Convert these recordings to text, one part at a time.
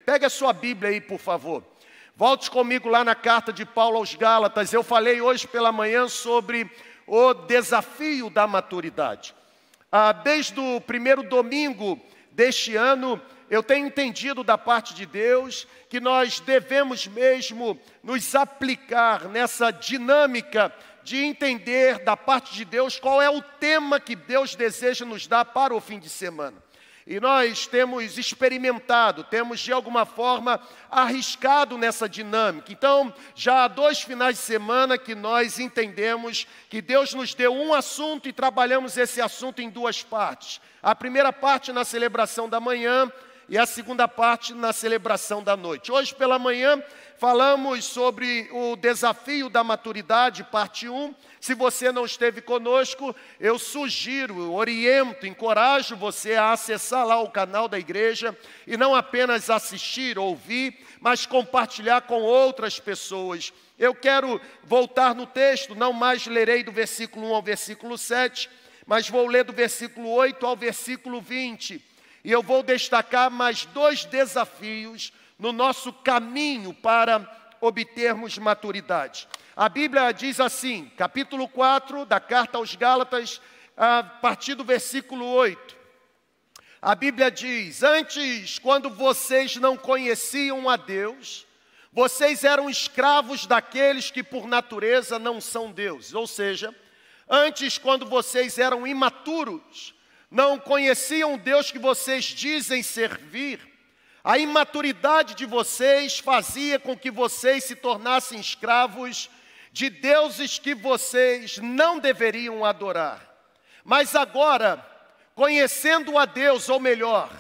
Pegue a sua Bíblia aí, por favor. Volte comigo lá na carta de Paulo aos Gálatas. Eu falei hoje pela manhã sobre o desafio da maturidade. Desde o primeiro domingo deste ano, eu tenho entendido da parte de Deus que nós devemos mesmo nos aplicar nessa dinâmica de entender da parte de Deus qual é o tema que Deus deseja nos dar para o fim de semana. E nós temos experimentado, temos de alguma forma arriscado nessa dinâmica. Então, já há 2 finais de semana que nós entendemos que Deus nos deu um assunto e trabalhamos esse assunto em 2 partes. A primeira parte na celebração da manhã e a segunda parte na celebração da noite. Hoje pela manhã falamos sobre o desafio da maturidade, parte 1. Se você não esteve conosco, eu sugiro, oriento, encorajo você a acessar lá o canal da igreja e não apenas assistir, ouvir, mas compartilhar com outras pessoas. Eu quero voltar no texto, não mais lerei do versículo 1 ao versículo 7, mas vou ler do versículo 8 ao versículo 20. E eu vou destacar mais 2 desafios no nosso caminho para obtermos maturidade. A Bíblia diz assim, capítulo 4 da carta aos Gálatas, a partir do versículo 8. A Bíblia diz: antes, quando vocês não conheciam a Deus, vocês eram escravos daqueles que por natureza não são deuses. Ou seja, antes, quando vocês eram imaturos, não conheciam o Deus que vocês dizem servir, a imaturidade de vocês fazia com que vocês se tornassem escravos de deuses que vocês não deveriam adorar. Mas agora, conhecendo a Deus, ou melhor,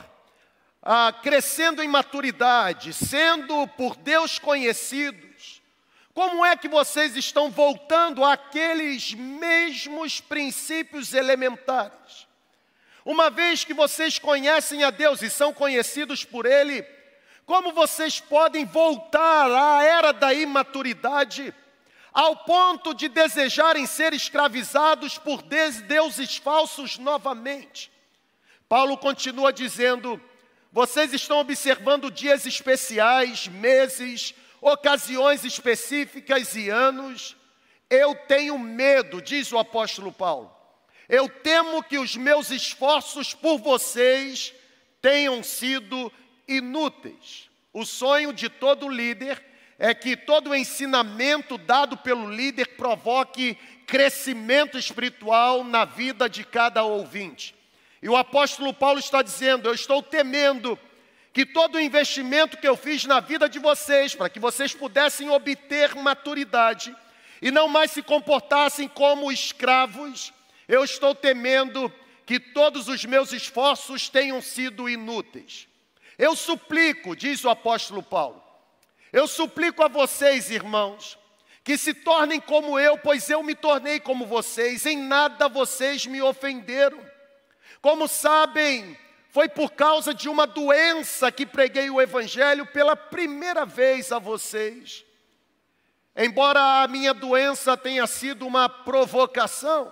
crescendo em maturidade, sendo por Deus conhecidos, como é que vocês estão voltando àqueles mesmos princípios elementares? Uma vez que vocês conhecem a Deus e são conhecidos por Ele, como vocês podem voltar à era da imaturidade, ao ponto de desejarem ser escravizados por deuses falsos novamente? Paulo continua dizendo: vocês estão observando dias especiais, meses, ocasiões específicas e anos. Eu tenho medo, diz o apóstolo Paulo. Eu temo que os meus esforços por vocês tenham sido inúteis. O sonho de todo líder é que todo ensinamento dado pelo líder provoque crescimento espiritual na vida de cada ouvinte. E o apóstolo Paulo está dizendo: eu estou temendo que todo o investimento que eu fiz na vida de vocês, para que vocês pudessem obter maturidade e não mais se comportassem como escravos, eu estou temendo que todos os meus esforços tenham sido inúteis. Eu suplico, diz o apóstolo Paulo, eu suplico a vocês, irmãos, que se tornem como eu, pois eu me tornei como vocês. Em nada vocês me ofenderam. Como sabem, foi por causa de uma doença que preguei o evangelho pela primeira vez a vocês. Embora a minha doença tenha sido uma provocação,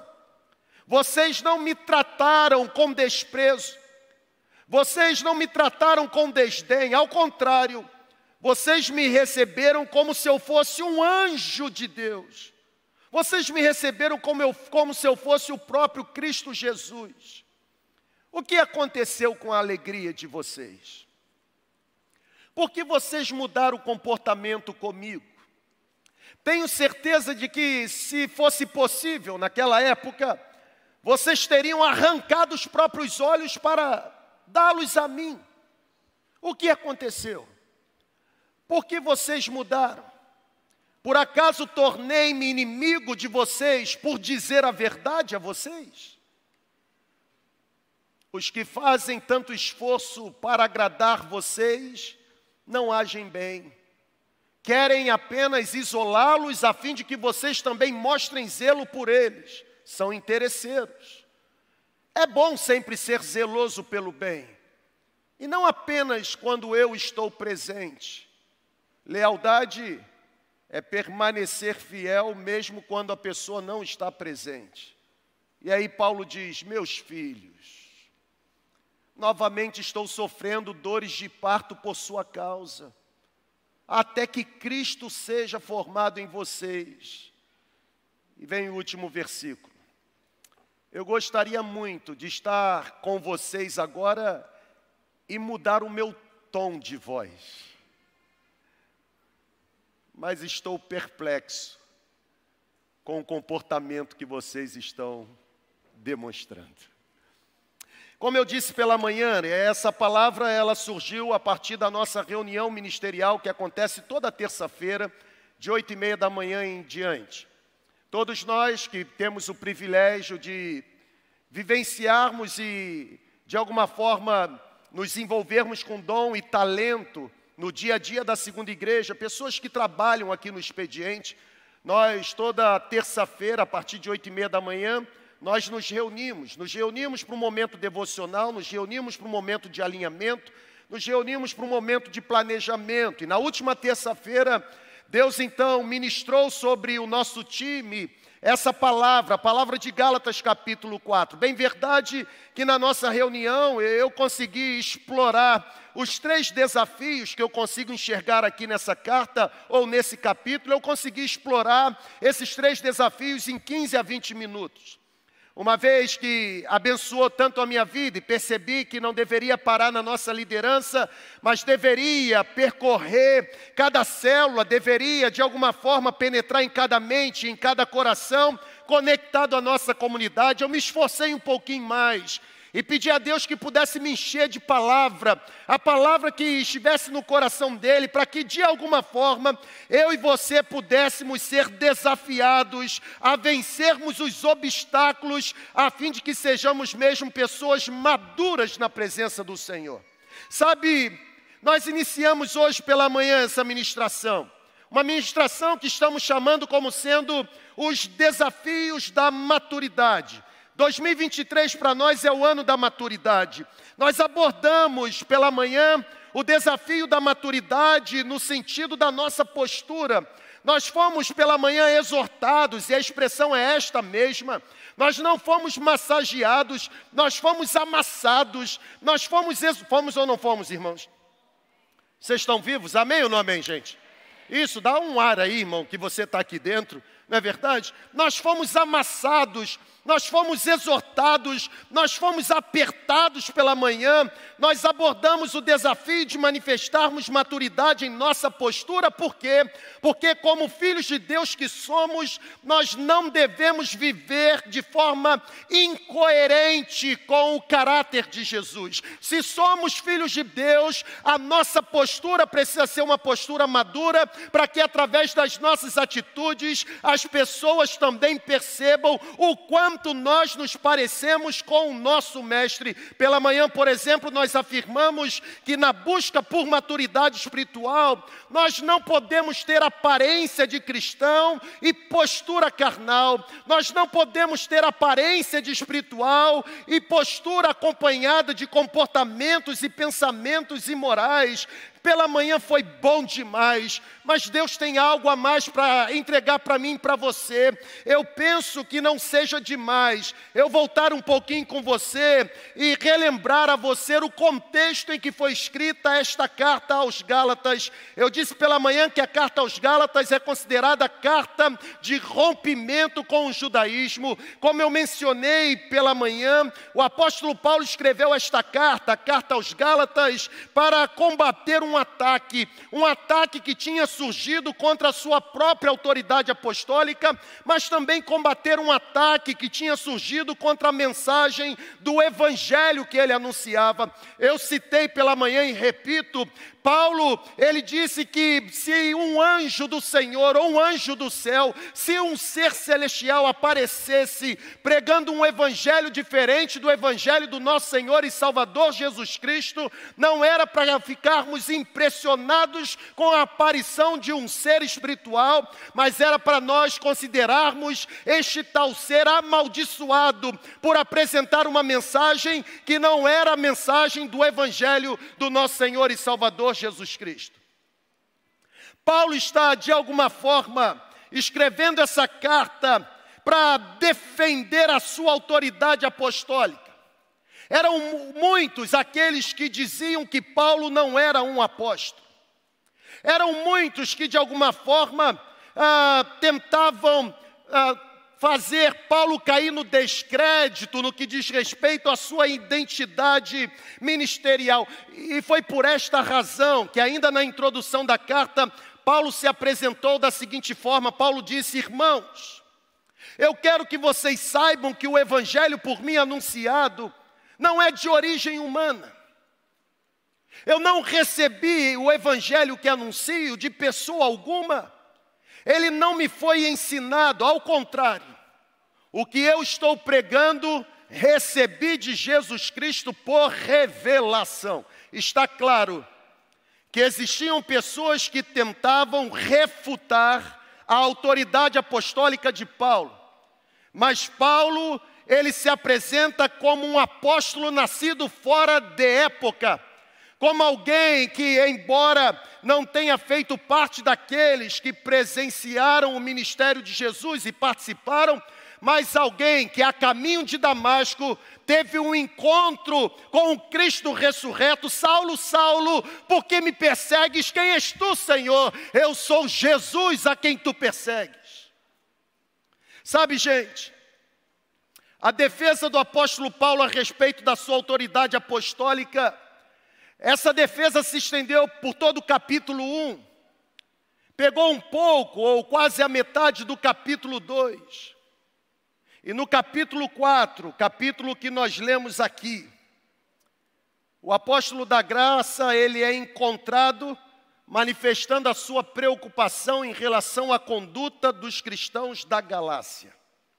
vocês não me trataram com desprezo, vocês não me trataram com desdém, ao contrário, vocês me receberam como se eu fosse um anjo de Deus. Vocês me receberam como se eu fosse o próprio Cristo Jesus. O que aconteceu com a alegria de vocês? Por que vocês mudaram o comportamento comigo? Tenho certeza de que, se fosse possível, naquela época, vocês teriam arrancado os próprios olhos para dá-los a mim. O que aconteceu? Por que vocês mudaram? Por acaso tornei-me inimigo de vocês por dizer a verdade a vocês? Os que fazem tanto esforço para agradar vocês não agem bem. Querem apenas isolá-los a fim de que vocês também mostrem zelo por eles. São interesseiros. É bom sempre ser zeloso pelo bem, e não apenas quando eu estou presente. Lealdade é permanecer fiel mesmo quando a pessoa não está presente. E aí Paulo diz: meus filhos, novamente estou sofrendo dores de parto por sua causa, até que Cristo seja formado em vocês. E vem o último versículo. Eu gostaria muito de estar com vocês agora e mudar o meu tom de voz, mas estou perplexo com o comportamento que vocês estão demonstrando. Como eu disse pela manhã, essa palavra ela surgiu a partir da nossa reunião ministerial que acontece toda terça-feira, de 8h30 da manhã em diante. Todos nós que temos o privilégio de vivenciarmos e, de alguma forma, nos envolvermos com dom e talento no dia a dia da segunda igreja, pessoas que trabalham aqui no expediente, nós toda terça-feira, a partir de 8h30 da manhã, nós nos reunimos para um momento devocional, nos reunimos para um momento de alinhamento, nos reunimos para um momento de planejamento. E na última terça-feira, Deus então ministrou sobre o nosso time essa palavra, a palavra de Gálatas capítulo 4. Bem verdade que na nossa reunião eu consegui explorar os 3 desafios que eu consigo enxergar aqui nessa carta ou nesse capítulo. Eu consegui explorar esses 3 desafios em 15 a 20 minutos. Uma vez que abençoou tanto a minha vida e percebi que não deveria parar na nossa liderança, mas deveria percorrer cada célula, deveria de alguma forma penetrar em cada mente, em cada coração, conectado à nossa comunidade, eu me esforcei um pouquinho mais e pedi a Deus que pudesse me encher de palavra, a palavra que estivesse no coração dele, para que de alguma forma eu e você pudéssemos ser desafiados a vencermos os obstáculos, a fim de que sejamos mesmo pessoas maduras na presença do Senhor. Sabe, nós iniciamos hoje pela manhã essa ministração, uma ministração que estamos chamando como sendo os desafios da maturidade. 2023 para nós é o ano da maturidade. Nós abordamos pela manhã o desafio da maturidade no sentido da nossa postura. Nós fomos pela manhã exortados, e a expressão é esta mesma. Nós não fomos massageados, nós fomos amassados. Nós fomos ou não fomos, irmãos? Vocês estão vivos? Amém ou não amém, gente? Isso, dá um ar aí, irmão, que você está aqui dentro, não é verdade? Nós fomos amassados, nós fomos exortados, nós fomos apertados pela manhã, nós abordamos o desafio de manifestarmos maturidade em nossa postura. Por quê? Porque como filhos de Deus que somos, nós não devemos viver de forma incoerente com o caráter de Jesus. Se somos filhos de Deus, a nossa postura precisa ser uma postura madura, para que através das nossas atitudes, as pessoas também percebam o quanto nós nos parecemos com o nosso mestre. Pela manhã, por exemplo, nós afirmamos que na busca por maturidade espiritual, nós não podemos ter aparência de cristão e postura carnal. Nós não podemos ter aparência de espiritual e postura acompanhada de comportamentos e pensamentos imorais. Pela manhã foi bom demais, mas Deus tem algo a mais para entregar para mim e para você. Eu penso que não seja demais eu voltar um pouquinho com você e relembrar a você o contexto em que foi escrita esta carta aos Gálatas. Eu disse pela manhã que a carta aos Gálatas é considerada a carta de rompimento com o judaísmo. Como eu mencionei pela manhã, o apóstolo Paulo escreveu esta carta, a carta aos Gálatas, para combater um ataque que tinha surgido contra a sua própria autoridade apostólica, mas também combater um ataque que tinha surgido contra a mensagem do evangelho que ele anunciava. Eu citei pela manhã e repito, Paulo, ele disse que se um anjo do Senhor ou um anjo do céu, se um ser celestial aparecesse pregando um evangelho diferente do evangelho do nosso Senhor e Salvador Jesus Cristo, não era para ficarmos impressionados com a aparição de um ser espiritual, mas era para nós considerarmos este tal ser amaldiçoado por apresentar uma mensagem que não era a mensagem do evangelho do nosso Senhor e Salvador Jesus Cristo. Paulo está, de alguma forma, escrevendo essa carta para defender a sua autoridade apostólica. Eram muitos aqueles que diziam que Paulo não era um apóstolo. Eram muitos que de alguma forma tentavam fazer Paulo cair no descrédito no que diz respeito à sua identidade ministerial. E foi por esta razão que ainda na introdução da carta, Paulo se apresentou da seguinte forma. Paulo disse: irmãos, eu quero que vocês saibam que o evangelho por mim anunciado não é de origem humana. Eu não recebi o evangelho que anuncio de pessoa alguma. Ele não me foi ensinado, ao contrário. O que eu estou pregando, recebi de Jesus Cristo por revelação. Está claro que existiam pessoas que tentavam refutar a autoridade apostólica de Paulo. Mas Paulo, ele se apresenta como um apóstolo nascido fora de época, como alguém que, embora não tenha feito parte daqueles que presenciaram o ministério de Jesus e participaram, mas alguém que a caminho de Damasco teve um encontro com o Cristo ressurreto. Saulo, Saulo, por que me persegues? Quem és tu, Senhor? Eu sou Jesus a quem tu persegues. Sabe, gente, a defesa do apóstolo Paulo a respeito da sua autoridade apostólica, essa defesa se estendeu por todo o capítulo 1. Pegou um pouco, ou quase a metade do capítulo 2. E no capítulo 4, capítulo que nós lemos aqui, o apóstolo da graça, ele é encontrado manifestando a sua preocupação em relação à conduta dos cristãos da Galácia.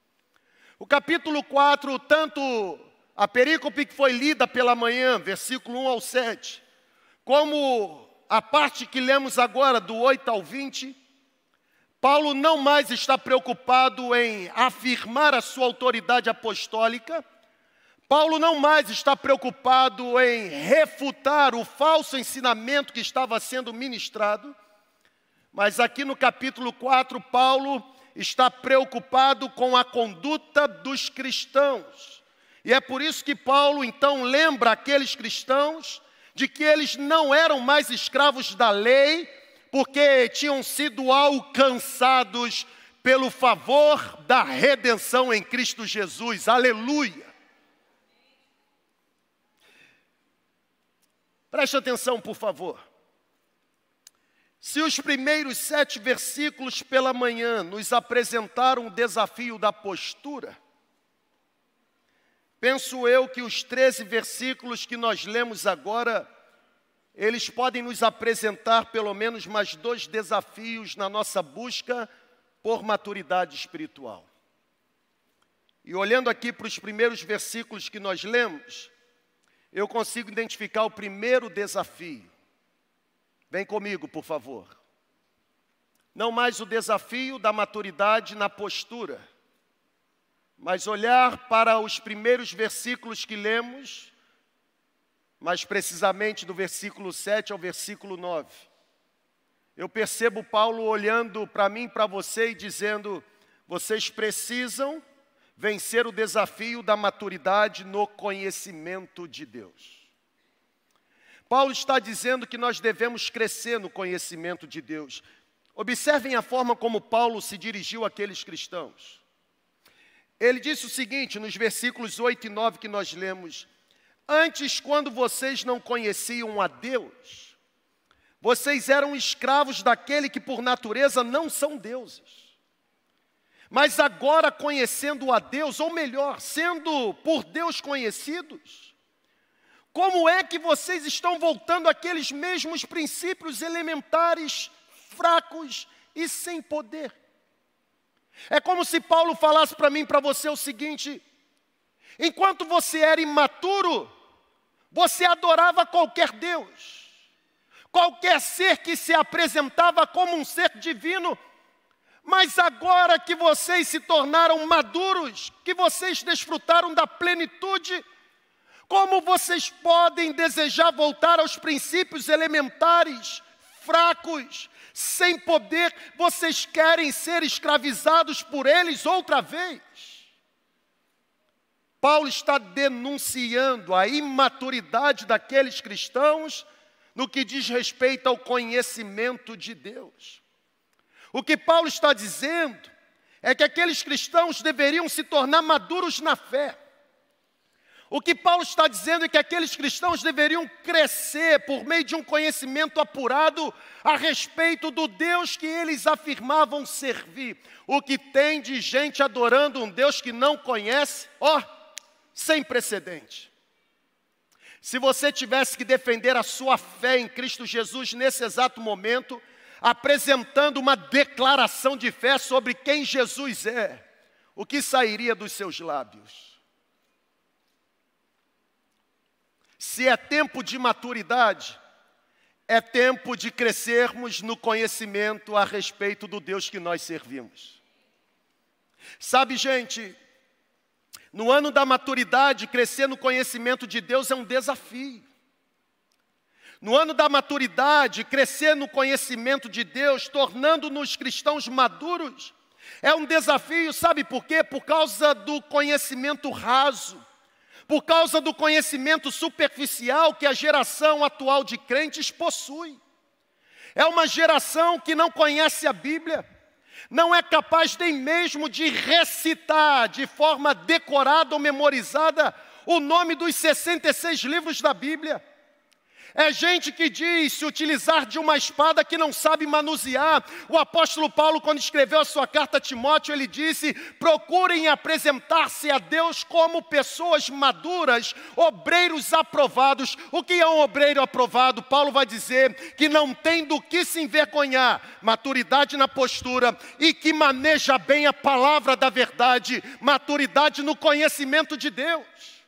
O capítulo 4, tanto a perícope que foi lida pela manhã, versículo 1 ao 7, como a parte que lemos agora, do 8 ao 20, Paulo não mais está preocupado em afirmar a sua autoridade apostólica. Paulo não mais está preocupado em refutar o falso ensinamento que estava sendo ministrado. Mas aqui no capítulo 4, Paulo está preocupado com a conduta dos cristãos. E é por isso que Paulo então lembra aqueles cristãos de que eles não eram mais escravos da lei, porque tinham sido alcançados pelo favor da redenção em Cristo Jesus. Aleluia! Preste atenção, por favor. Se os primeiros 7 versículos pela manhã nos apresentaram o desafio da postura, penso eu que os 13 versículos que nós lemos agora, eles podem nos apresentar pelo menos mais 2 desafios na nossa busca por maturidade espiritual. E olhando aqui para os primeiros versículos que nós lemos, eu consigo identificar o primeiro desafio. Vem comigo, por favor. Não mais o desafio da maturidade na postura, mas olhar para os primeiros versículos que lemos, mais precisamente do versículo 7 ao versículo 9. Eu percebo Paulo olhando para mim e para você e dizendo: vocês precisam vencer o desafio da maturidade no conhecimento de Deus. Paulo está dizendo que nós devemos crescer no conhecimento de Deus. Observem a forma como Paulo se dirigiu àqueles cristãos. Ele disse o seguinte, nos versículos 8 e 9 que nós lemos: antes, quando vocês não conheciam a Deus, vocês eram escravos daquele que por natureza não são deuses. Mas agora, conhecendo a Deus, ou melhor, sendo por Deus conhecidos, como é que vocês estão voltando àqueles mesmos princípios elementares, fracos e sem poder? É como se Paulo falasse para mim e para você o seguinte: enquanto você era imaturo, você adorava qualquer Deus, qualquer ser que se apresentava como um ser divino. Mas agora que vocês se tornaram maduros, que vocês desfrutaram da plenitude, como vocês podem desejar voltar aos princípios elementares, fracos, sem poder? Vocês querem ser escravizados por eles outra vez? Paulo está denunciando a imaturidade daqueles cristãos no que diz respeito ao conhecimento de Deus. O que Paulo está dizendo é que aqueles cristãos deveriam se tornar maduros na fé. O que Paulo está dizendo é que aqueles cristãos deveriam crescer por meio de um conhecimento apurado a respeito do Deus que eles afirmavam servir. O que tem de gente adorando um Deus que não conhece, sem precedente. Se você tivesse que defender a sua fé em Cristo Jesus nesse exato momento, apresentando uma declaração de fé sobre quem Jesus é, o que sairia dos seus lábios? Se é tempo de maturidade, é tempo de crescermos no conhecimento a respeito do Deus que nós servimos. Sabe, gente, no ano da maturidade, crescer no conhecimento de Deus é um desafio. No ano da maturidade, crescer no conhecimento de Deus, tornando-nos cristãos maduros, é um desafio, sabe por quê? Por causa do conhecimento raso, por causa do conhecimento superficial que a geração atual de crentes possui. É uma geração que não conhece a Bíblia, não é capaz nem mesmo de recitar de forma decorada ou memorizada o nome dos 66 livros da Bíblia. É gente que diz se utilizar de uma espada que não sabe manusear. O apóstolo Paulo, quando escreveu a sua carta a Timóteo, ele disse: procurem apresentar-se a Deus como pessoas maduras, obreiros aprovados. O que é um obreiro aprovado? Paulo vai dizer que não tem do que se envergonhar, maturidade na postura e que maneja bem a palavra da verdade, maturidade no conhecimento de Deus.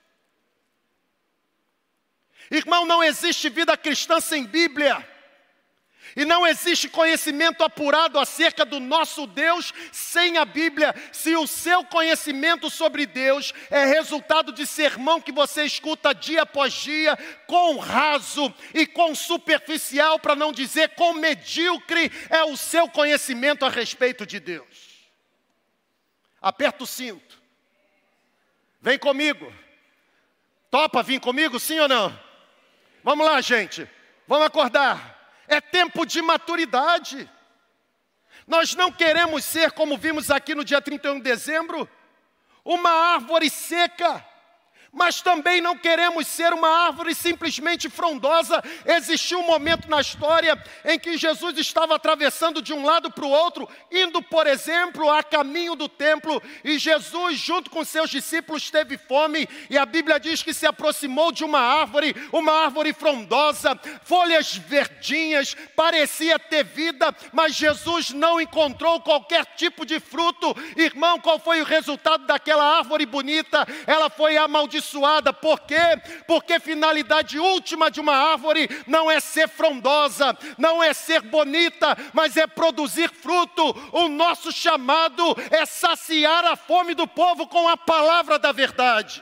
Irmão, não existe vida cristã sem Bíblia. E não existe conhecimento apurado acerca do nosso Deus sem a Bíblia. Se o seu conhecimento sobre Deus é resultado de sermão que você escuta dia após dia, com raso e com superficial, para não dizer com medíocre, é o seu conhecimento a respeito de Deus. Aperta o cinto. Vem comigo. Topa vir comigo, sim ou não? Vamos lá, gente, vamos acordar. É tempo de maturidade. Nós não queremos ser, como vimos aqui no dia 31 de dezembro, uma árvore seca. Mas também não queremos ser uma árvore simplesmente frondosa. Existiu um momento na história em que Jesus estava atravessando de um lado para o outro, indo, por exemplo, a caminho do templo. E Jesus, junto com seus discípulos, teve fome. E a Bíblia diz que se aproximou de uma árvore frondosa, folhas verdinhas, parecia ter vida, mas Jesus não encontrou qualquer tipo de fruto. Irmão, qual foi o resultado daquela árvore bonita? Ela foi amaldiçoada. Por quê? Porque a finalidade última de uma árvore não é ser frondosa, não é ser bonita, mas é produzir fruto. O nosso chamado é saciar a fome do povo com a palavra da verdade.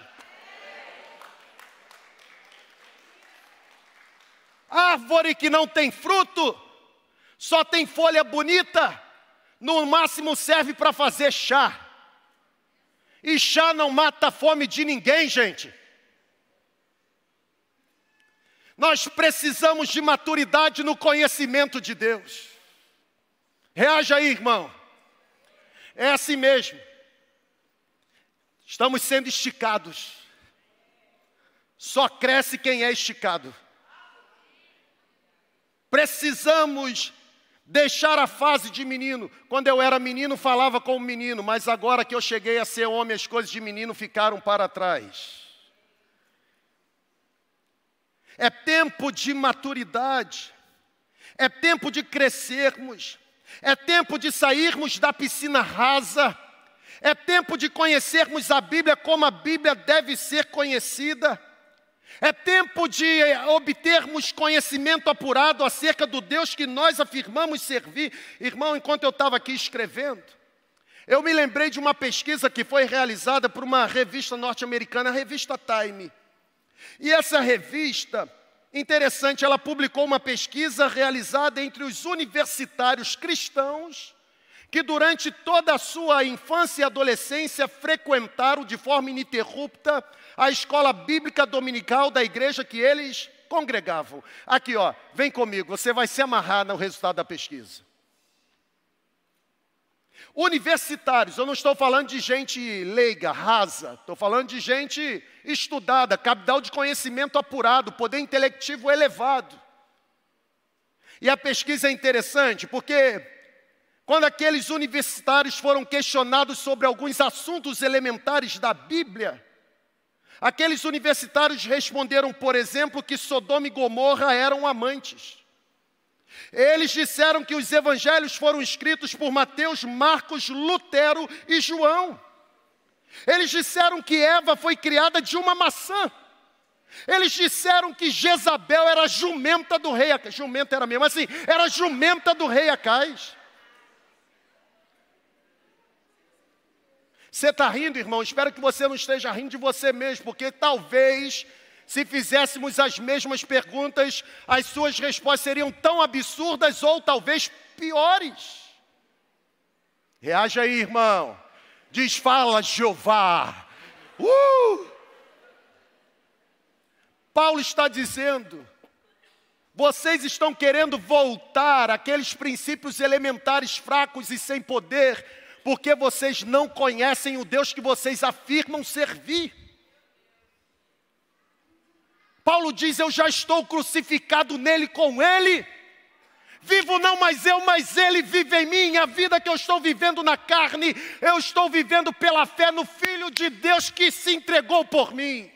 Árvore que não tem fruto, só tem folha bonita, no máximo serve para fazer chá. E chá não mata a fome de ninguém, gente. Nós precisamos de maturidade no conhecimento de Deus. Reaja aí, irmão. É assim mesmo. Estamos sendo esticados. Só cresce quem é esticado. Precisamos deixar a fase de menino. Quando eu era menino, falava como menino, mas agora que eu cheguei a ser homem, as coisas de menino ficaram para trás. É tempo de maturidade. É tempo de crescermos. É tempo de sairmos da piscina rasa. É tempo de conhecermos a Bíblia como a Bíblia deve ser conhecida. É tempo de obtermos conhecimento apurado acerca do Deus que nós afirmamos servir. Irmão, enquanto eu estava aqui escrevendo, eu me lembrei de uma pesquisa que foi realizada por uma revista norte-americana, a revista Time. E essa revista, interessante, ela publicou uma pesquisa realizada entre os universitários cristãos que durante toda a sua infância e adolescência frequentaram de forma ininterrupta a escola bíblica dominical da igreja que eles congregavam. Aqui, ó, vem comigo, você vai se amarrar no resultado da pesquisa. Universitários, eu não estou falando de gente leiga, rasa, estou falando de gente estudada, capital de conhecimento apurado, poder intelectivo elevado. E a pesquisa é interessante, porque quando aqueles universitários foram questionados sobre alguns assuntos elementares da Bíblia, aqueles universitários responderam, por exemplo, que Sodoma e Gomorra eram amantes. Eles disseram que os evangelhos foram escritos por Mateus, Marcos, Lutero e João. Eles disseram que Eva foi criada de uma maçã. Eles disseram que Jezabel era jumenta do rei Acais. Jumenta era mesmo assim, era jumenta do rei Acais. Você está rindo, irmão? Espero que você não esteja rindo de você mesmo, porque talvez, se fizéssemos as mesmas perguntas, as suas respostas seriam tão absurdas ou talvez piores. Reaja aí, irmão. Diz, fala, Jeová. Paulo está dizendo, vocês estão querendo voltar àqueles princípios elementares fracos e sem poder, porque vocês não conhecem o Deus que vocês afirmam servir. Paulo diz, eu já estou crucificado nele com ele. Vivo não mais eu, mas ele vive em mim. A vida que eu estou vivendo na carne, eu estou vivendo pela fé no Filho de Deus que se entregou por mim.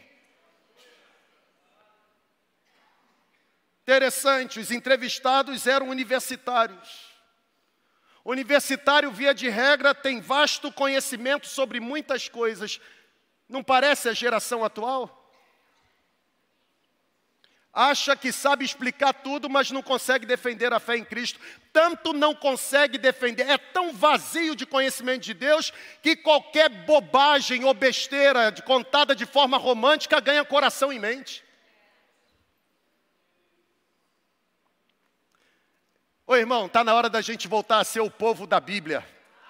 Interessante, os entrevistados eram universitários. Universitário, via de regra, tem vasto conhecimento sobre muitas coisas. Não parece a geração atual? Acha que sabe explicar tudo, mas não consegue defender a fé em Cristo. Tanto não consegue defender, é tão vazio de conhecimento de Deus, que qualquer bobagem ou besteira contada de forma romântica ganha coração e mente. Ô irmão, está na hora da gente voltar a ser o povo da Bíblia.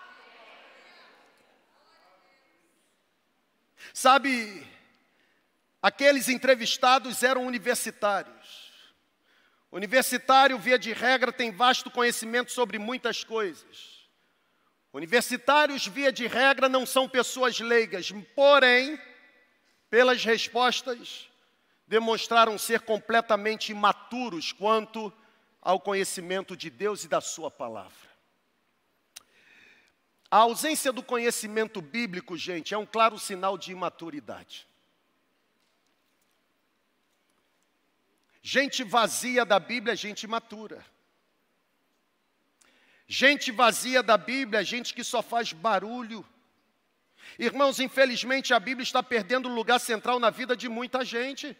Sabe, aqueles entrevistados eram universitários. Universitário, via de regra, tem vasto conhecimento sobre muitas coisas. Universitários, via de regra, não são pessoas leigas, porém, pelas respostas, demonstraram ser completamente imaturos quanto ao conhecimento de Deus e da sua palavra. A ausência do conhecimento bíblico, gente, é um claro sinal de imaturidade. Gente vazia da Bíblia é gente imatura. Gente vazia da Bíblia é gente que só faz barulho. Irmãos, infelizmente a Bíblia está perdendo o lugar central na vida de muita gente.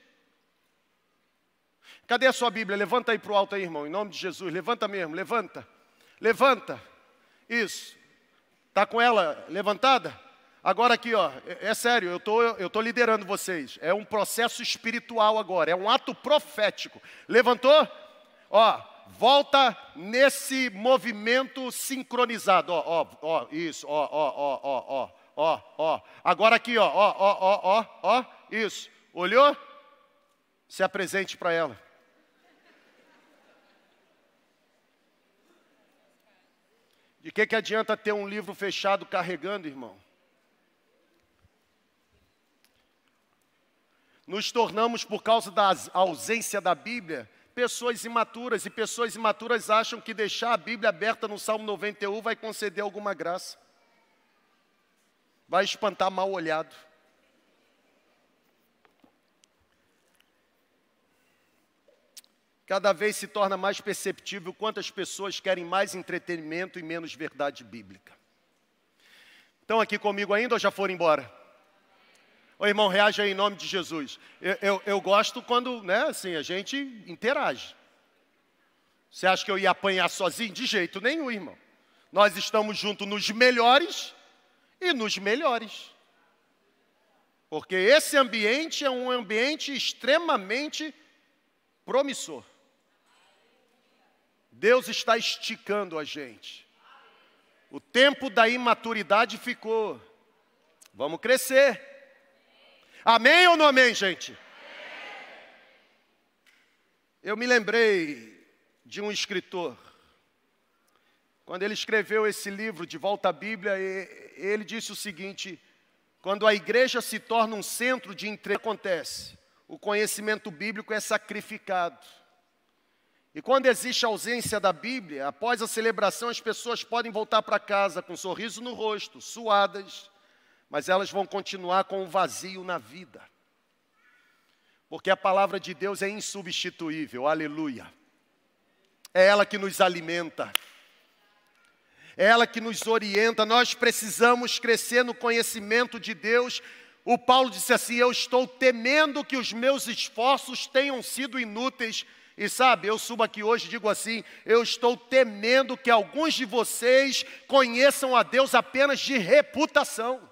Cadê a sua Bíblia? Levanta aí para o alto aí, irmão, em nome de Jesus. Levanta mesmo, levanta. Levanta. Isso. Está com ela levantada? Agora aqui, ó, é sério, eu tô liderando vocês. É um processo espiritual agora, é um ato profético. Levantou? Ó, volta nesse movimento sincronizado. Ó, isso, ó. Agora aqui, ó, isso. Olhou? Se apresente para ela. De que adianta ter um livro fechado carregando, irmão? Nos tornamos, por causa da ausência da Bíblia, pessoas imaturas. E pessoas imaturas acham que deixar a Bíblia aberta no Salmo 91 vai conceder alguma graça. Vai espantar mal olhado. Cada vez se torna mais perceptível quantas pessoas querem mais entretenimento e menos verdade bíblica. Estão aqui comigo ainda ou já foram embora? Ô irmão, reage aí em nome de Jesus. Eu gosto quando, né, assim, a gente interage. Você acha que eu ia apanhar sozinho? De jeito nenhum, irmão. Nós estamos juntos nos melhores e nos melhores. Porque esse ambiente é um ambiente extremamente promissor. Deus está esticando a gente. O tempo da imaturidade ficou. Vamos crescer. Amém ou não amém, gente? Eu me lembrei de um escritor. Quando ele escreveu esse livro, De Volta à Bíblia, ele disse o seguinte: quando a igreja se torna um centro de entretenimento, acontece? O conhecimento bíblico é sacrificado. E quando existe ausência da Bíblia, após a celebração, as pessoas podem voltar para casa com um sorriso no rosto, suadas, mas elas vão continuar com um vazio na vida. Porque a palavra de Deus é insubstituível, aleluia. É ela que nos alimenta. É ela que nos orienta. Nós precisamos crescer no conhecimento de Deus. O Paulo disse assim: eu estou temendo que os meus esforços tenham sido inúteis. E sabe, eu subo aqui hoje e digo assim: eu estou temendo que alguns de vocês conheçam a Deus apenas de reputação.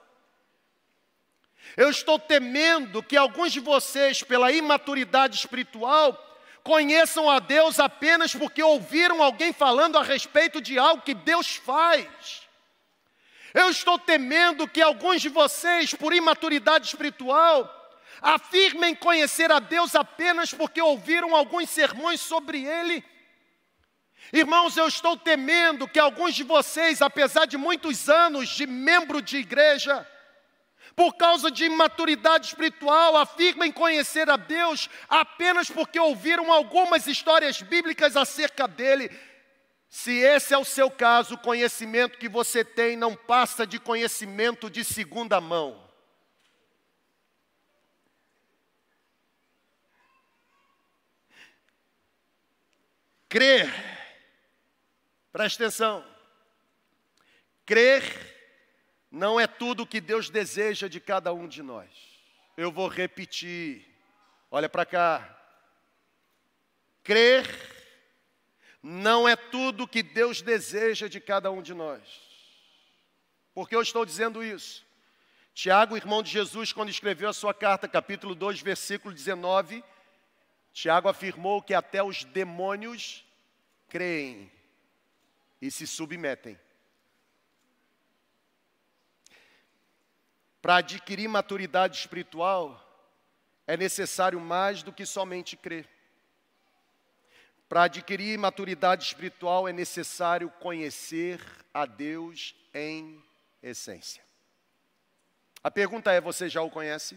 Eu estou temendo que alguns de vocês, pela imaturidade espiritual, conheçam a Deus apenas porque ouviram alguém falando a respeito de algo que Deus faz. Eu estou temendo que alguns de vocês, por imaturidade espiritual, afirmem conhecer a Deus apenas porque ouviram alguns sermões sobre Ele. Irmãos, eu estou temendo que alguns de vocês, apesar de muitos anos de membro de igreja, por causa de imaturidade espiritual, afirmem conhecer a Deus apenas porque ouviram algumas histórias bíblicas acerca dele. Se esse é o seu caso, o conhecimento que você tem não passa de conhecimento de segunda mão. Crer, presta atenção, crer não é tudo o que Deus deseja de cada um de nós. Eu vou repetir, olha para cá. Crer não é tudo o que Deus deseja de cada um de nós. Por que eu estou dizendo isso? Tiago, irmão de Jesus, quando escreveu a sua carta, capítulo 2, versículo 19, Tiago afirmou que até os demônios creem e se submetem. Para adquirir maturidade espiritual, é necessário mais do que somente crer. Para adquirir maturidade espiritual, é necessário conhecer a Deus em essência. A pergunta é: você já o conhece?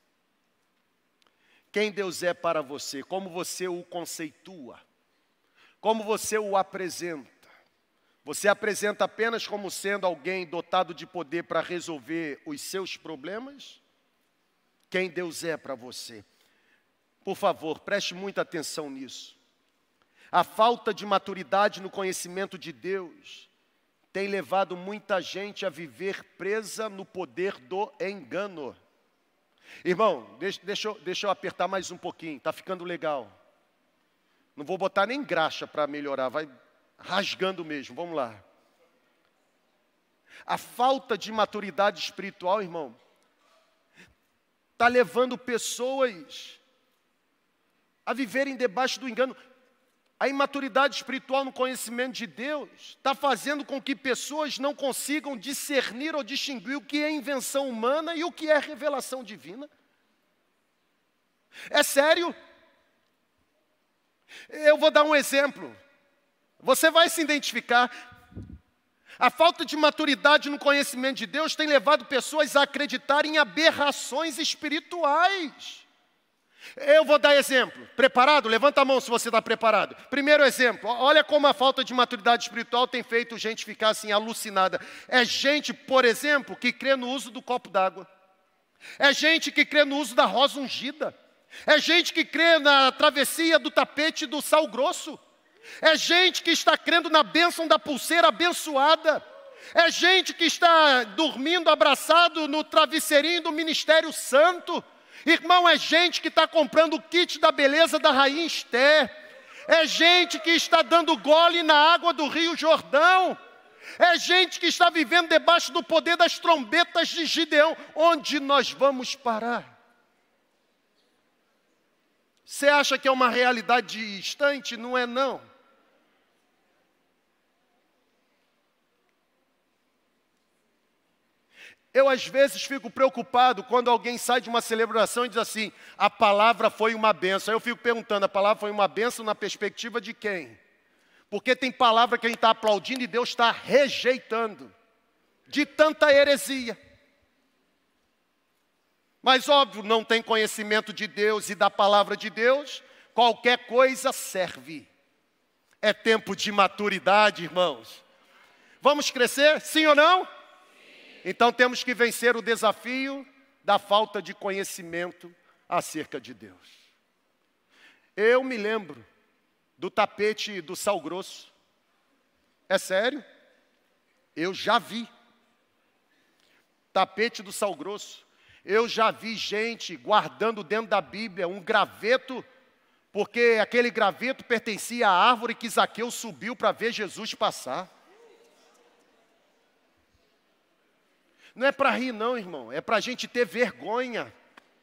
Quem Deus é para você? Como você o conceitua? Como você o apresenta? Você apresenta apenas como sendo alguém dotado de poder para resolver os seus problemas? Quem Deus é para você? Por favor, preste muita atenção nisso. A falta de maturidade no conhecimento de Deus tem levado muita gente a viver presa no poder do engano. Irmão, deixa eu apertar mais um pouquinho, está ficando legal. Não vou botar nem graxa para melhorar, vai rasgando mesmo, vamos lá. A falta de maturidade espiritual, irmão, está levando pessoas a viverem debaixo do engano. A imaturidade espiritual no conhecimento de Deus está fazendo com que pessoas não consigam discernir ou distinguir o que é invenção humana e o que é revelação divina. É sério. Eu vou dar um exemplo. Você vai se identificar. A falta de maturidade no conhecimento de Deus tem levado pessoas a acreditarem em aberrações espirituais. Eu vou dar exemplo. Preparado? Levanta a mão se você está preparado. Primeiro exemplo. Olha como a falta de maturidade espiritual tem feito gente ficar assim alucinada. É gente, por exemplo, que crê no uso do copo d'água. É gente que crê no uso da rosa ungida. É gente que crê na travessia do tapete do sal grosso. É gente que está crendo na bênção da pulseira abençoada. É gente que está dormindo abraçado no travesseirinho do ministério santo. Irmão, é gente que está comprando o kit da beleza da rainha Esther. É gente que está dando gole na água do Rio Jordão. É gente que está vivendo debaixo do poder das trombetas de Gideão. Onde nós vamos parar? Você acha que é uma realidade distante? Não é não. Eu, às vezes, fico preocupado quando alguém sai de uma celebração e diz assim, a palavra foi uma bênção. Aí eu fico perguntando, a palavra foi uma bênção na perspectiva de quem? Porque tem palavra que a gente está aplaudindo e Deus está rejeitando, de tanta heresia. Mas, óbvio, não tem conhecimento de Deus e da palavra de Deus, qualquer coisa serve. É tempo de maturidade, irmãos. Vamos crescer, sim ou não? Então temos que vencer o desafio da falta de conhecimento acerca de Deus. Eu me lembro do tapete do Sal Grosso. É sério? Eu já vi. Tapete do Sal Grosso. Eu já vi gente guardando dentro da Bíblia um graveto, porque aquele graveto pertencia à árvore que Zaqueu subiu para ver Jesus passar. Não é para rir não, irmão, é para a gente ter vergonha.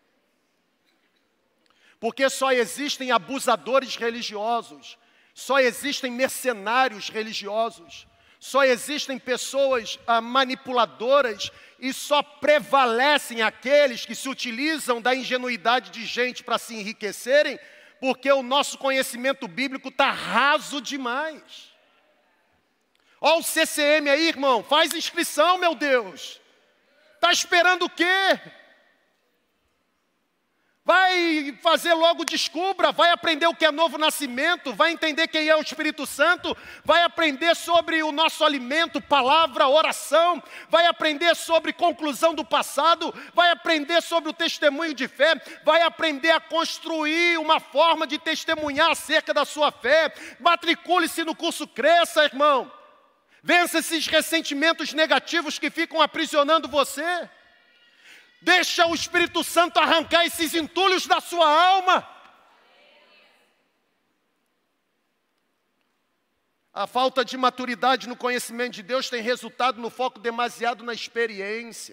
Porque só existem abusadores religiosos, só existem mercenários religiosos, só existem pessoas manipuladoras e só prevalecem aqueles que se utilizam da ingenuidade de gente para se enriquecerem, porque o nosso conhecimento bíblico está raso demais. Ó o CCM aí, irmão, faz inscrição, meu Deus. Está esperando o quê? Vai fazer logo descubra, vai aprender o que é novo nascimento, vai entender quem é o Espírito Santo, vai aprender sobre o nosso alimento, palavra, oração, vai aprender sobre conclusão do passado, vai aprender sobre o testemunho de fé, vai aprender a construir uma forma de testemunhar acerca da sua fé. Matricule-se no curso Cresça, irmão. Vença esses ressentimentos negativos que ficam aprisionando você. Deixa o Espírito Santo arrancar esses entulhos da sua alma. A falta de maturidade no conhecimento de Deus tem resultado no foco demasiado na experiência.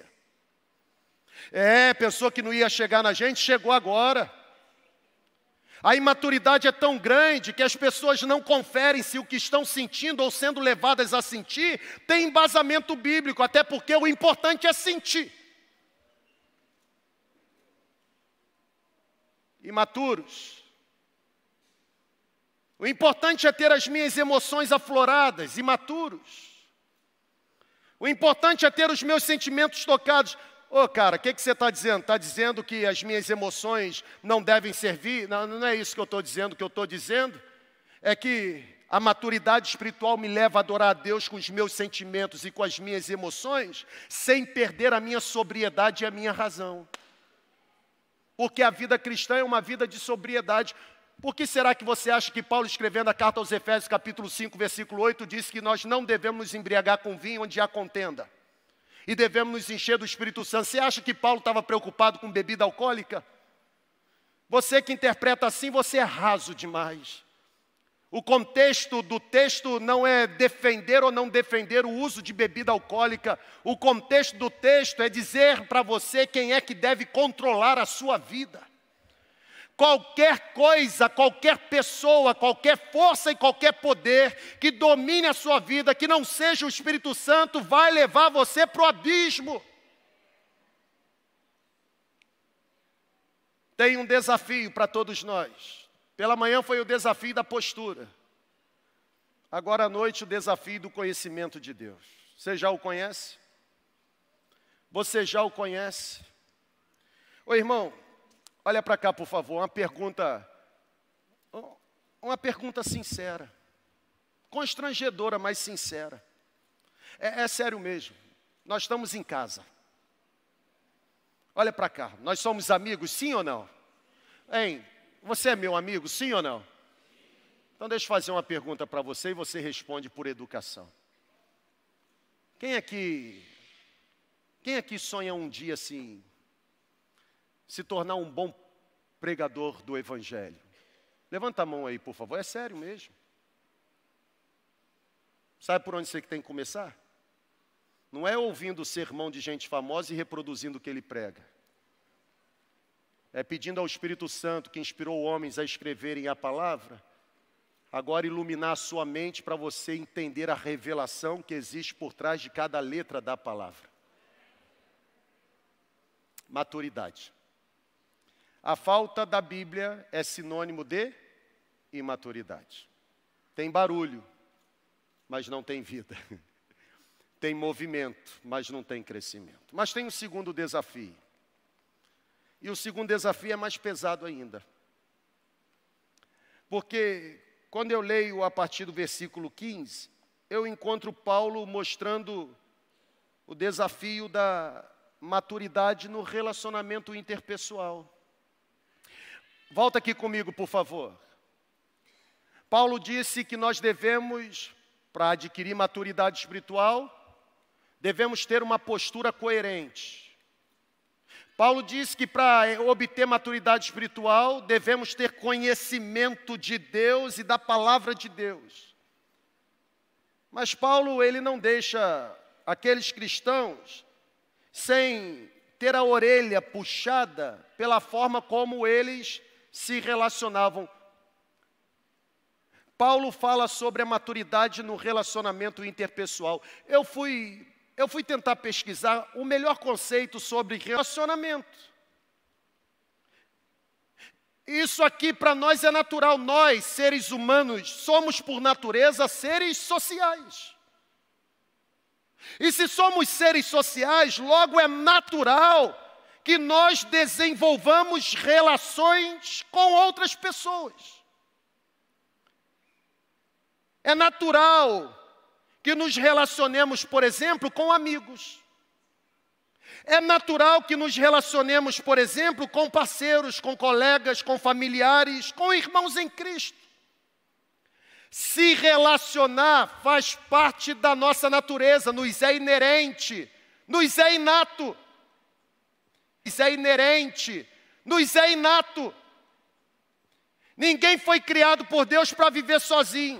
Pensou que não ia chegar na gente, chegou agora. A imaturidade é tão grande que as pessoas não conferem se o que estão sentindo ou sendo levadas a sentir tem embasamento bíblico, até porque o importante é sentir. Imaturos. O importante é ter as minhas emoções afloradas, imaturos. O importante é ter os meus sentimentos tocados. Cara, o que você está dizendo? Está dizendo que as minhas emoções não devem servir? Não é isso que eu estou dizendo. O que eu estou dizendo é que a maturidade espiritual me leva a adorar a Deus com os meus sentimentos e com as minhas emoções, sem perder a minha sobriedade e a minha razão. Porque a vida cristã é uma vida de sobriedade. Por que será que você acha que Paulo, escrevendo a carta aos Efésios, capítulo 5, versículo 8, disse que nós não devemos nos embriagar com vinho onde há contenda? E devemos nos encher do Espírito Santo. Você acha que Paulo estava preocupado com bebida alcoólica? Você que interpreta assim, você é raso demais. O contexto do texto não é defender ou não defender o uso de bebida alcoólica. O contexto do texto é dizer para você quem é que deve controlar a sua vida. Qualquer coisa, qualquer pessoa, qualquer força e qualquer poder que domine a sua vida, que não seja o Espírito Santo, vai levar você para o abismo. Tem um desafio para todos nós. Pela manhã foi o desafio da postura. Agora à noite o desafio do conhecimento de Deus. Você já o conhece? Você já o conhece? Ô irmão, olha para cá, por favor, uma pergunta sincera, constrangedora, mas sincera. É sério mesmo, nós estamos em casa. Olha para cá, nós somos amigos, sim ou não? Hein, você é meu amigo, sim ou não? Então deixa eu fazer uma pergunta para você e você responde por educação. Quem aqui sonha um dia assim, se tornar um bom pregador do Evangelho? Levanta a mão aí, por favor. É sério mesmo. Sabe por onde você tem que começar? Não é ouvindo o sermão de gente famosa e reproduzindo o que ele prega. É pedindo ao Espírito Santo, que inspirou homens a escreverem a palavra, agora iluminar a sua mente para você entender a revelação que existe por trás de cada letra da palavra. Maturidade. A falta da Bíblia é sinônimo de imaturidade. Tem barulho, mas não tem vida. Tem movimento, mas não tem crescimento. Mas tem um segundo desafio. E o segundo desafio é mais pesado ainda. Porque quando eu leio a partir do versículo 15, eu encontro Paulo mostrando o desafio da maturidade no relacionamento interpessoal. Volta aqui comigo, por favor. Paulo disse que nós devemos, para adquirir maturidade espiritual, devemos ter uma postura coerente. Paulo disse que para obter maturidade espiritual, devemos ter conhecimento de Deus e da palavra de Deus. Mas Paulo, ele não deixa aqueles cristãos sem ter a orelha puxada pela forma como eles se relacionavam. Paulo fala sobre a maturidade no relacionamento interpessoal. Eu fui tentar pesquisar o melhor conceito sobre relacionamento. Isso aqui para nós é natural. Nós, seres humanos, somos por natureza seres sociais. E se somos seres sociais, logo é natural que nós desenvolvamos relações com outras pessoas. É natural que nos relacionemos, por exemplo, com amigos. É natural que nos relacionemos, por exemplo, com parceiros, com colegas, com familiares, com irmãos em Cristo. Se relacionar faz parte da nossa natureza, nos é inerente, nos é inato. Nos é inerente, nos é inato. Ninguém foi criado por Deus para viver sozinho.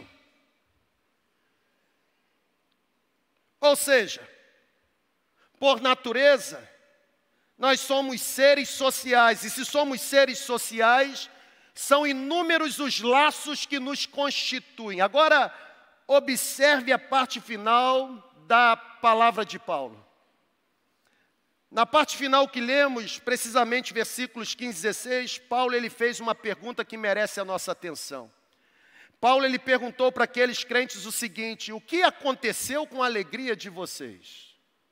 Ou seja, por natureza, nós somos seres sociais. E se somos seres sociais, são inúmeros os laços que nos constituem. Agora, observe a parte final da palavra de Paulo. Na parte final que lemos, precisamente versículos 15 e 16, Paulo ele fez uma pergunta que merece a nossa atenção. Paulo ele perguntou para aqueles crentes o seguinte: o que aconteceu com a alegria de vocês?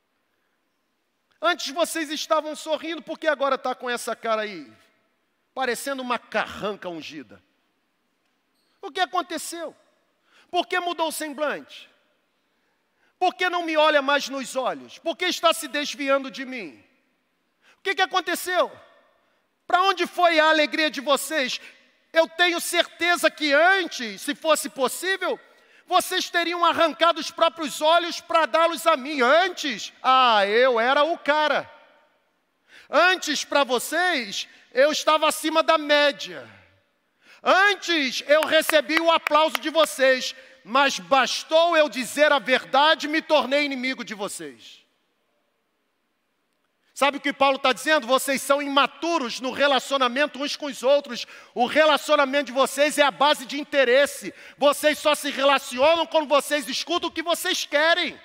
Antes vocês estavam sorrindo, por que agora está com essa cara aí? Parecendo uma carranca ungida. O que aconteceu? Por que mudou o semblante? Por que não me olha mais nos olhos? Por que está se desviando de mim? O que aconteceu? Para onde foi a alegria de vocês? Eu tenho certeza que antes, se fosse possível, vocês teriam arrancado os próprios olhos para dá-los a mim. Antes, eu era o cara. Antes, para vocês, eu estava acima da média. Antes, eu recebi o aplauso de vocês. Mas bastou eu dizer a verdade, me tornei inimigo de vocês. Sabe o que Paulo está dizendo? Vocês são imaturos no relacionamento uns com os outros. O relacionamento de vocês é a base de interesse. Vocês só se relacionam quando vocês escutam o que vocês querem.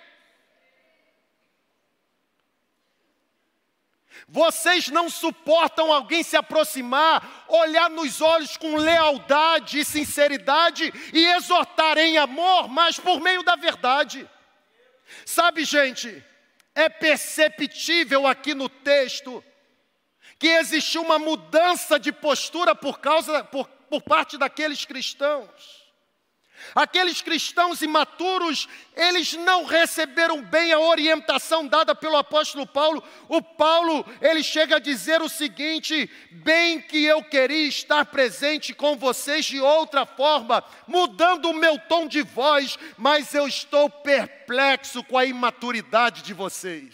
Vocês não suportam alguém se aproximar, olhar nos olhos com lealdade e sinceridade e exortar em amor, mas por meio da verdade. Sabe, gente, é perceptível aqui no texto que existiu uma mudança de postura por parte daqueles cristãos. Aqueles cristãos imaturos, eles não receberam bem a orientação dada pelo apóstolo Paulo. O Paulo, ele chega a dizer o seguinte: bem que eu queria estar presente com vocês de outra forma, mudando o meu tom de voz, mas eu estou perplexo com a imaturidade de vocês.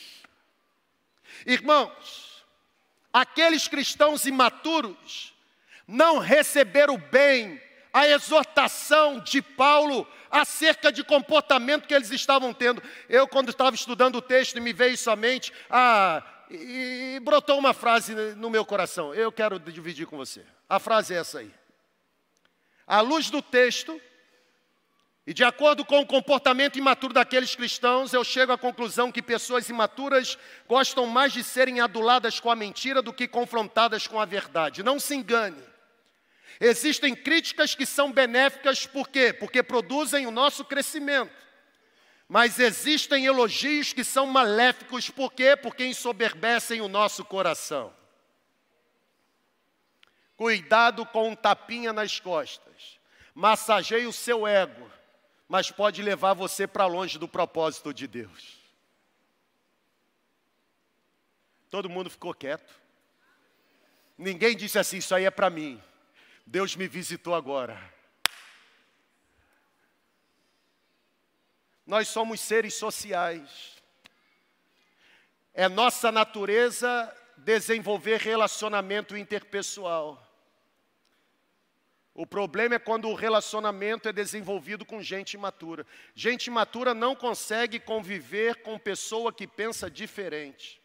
Irmãos, aqueles cristãos imaturos não receberam bem a exortação de Paulo acerca de comportamento que eles estavam tendo. Eu, quando estava estudando o texto, me veio isso à mente, e brotou uma frase no meu coração. Eu quero dividir com você. A frase é essa aí. À luz do texto, E de acordo com o comportamento imaturo daqueles cristãos, eu chego à conclusão que pessoas imaturas gostam mais de serem aduladas com a mentira do que confrontadas com a verdade. Não se engane. Existem críticas que são benéficas, por quê? Porque produzem o nosso crescimento. Mas existem elogios que são maléficos, por quê? Porque ensoberbecem o nosso coração. Cuidado com um tapinha nas costas. Massageie o seu ego, mas pode levar você para longe do propósito de Deus. Todo mundo ficou quieto. Ninguém disse assim, isso aí é para mim. Deus me visitou agora. Nós somos seres sociais. É nossa natureza desenvolver relacionamento interpessoal. O problema é quando o relacionamento é desenvolvido com gente imatura. Gente imatura não consegue conviver com pessoa que pensa diferente.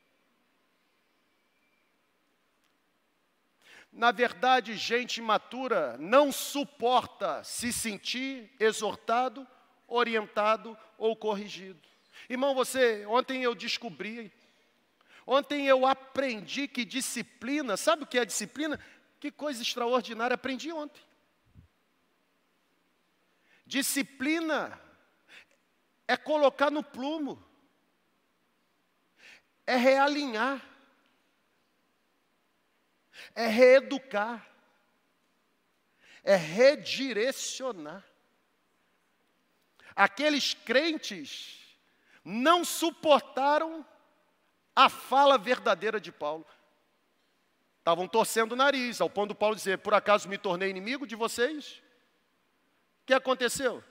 Na verdade, gente imatura não suporta se sentir exortado, orientado ou corrigido. Irmão, ontem eu aprendi que disciplina, sabe o que é disciplina? Que coisa extraordinária, aprendi ontem. Disciplina é colocar no plumo, é realinhar, é reeducar, é redirecionar. Aqueles crentes não suportaram a fala verdadeira de Paulo. Estavam torcendo o nariz, ao ponto do Paulo dizer, por acaso me tornei inimigo de vocês? O que aconteceu?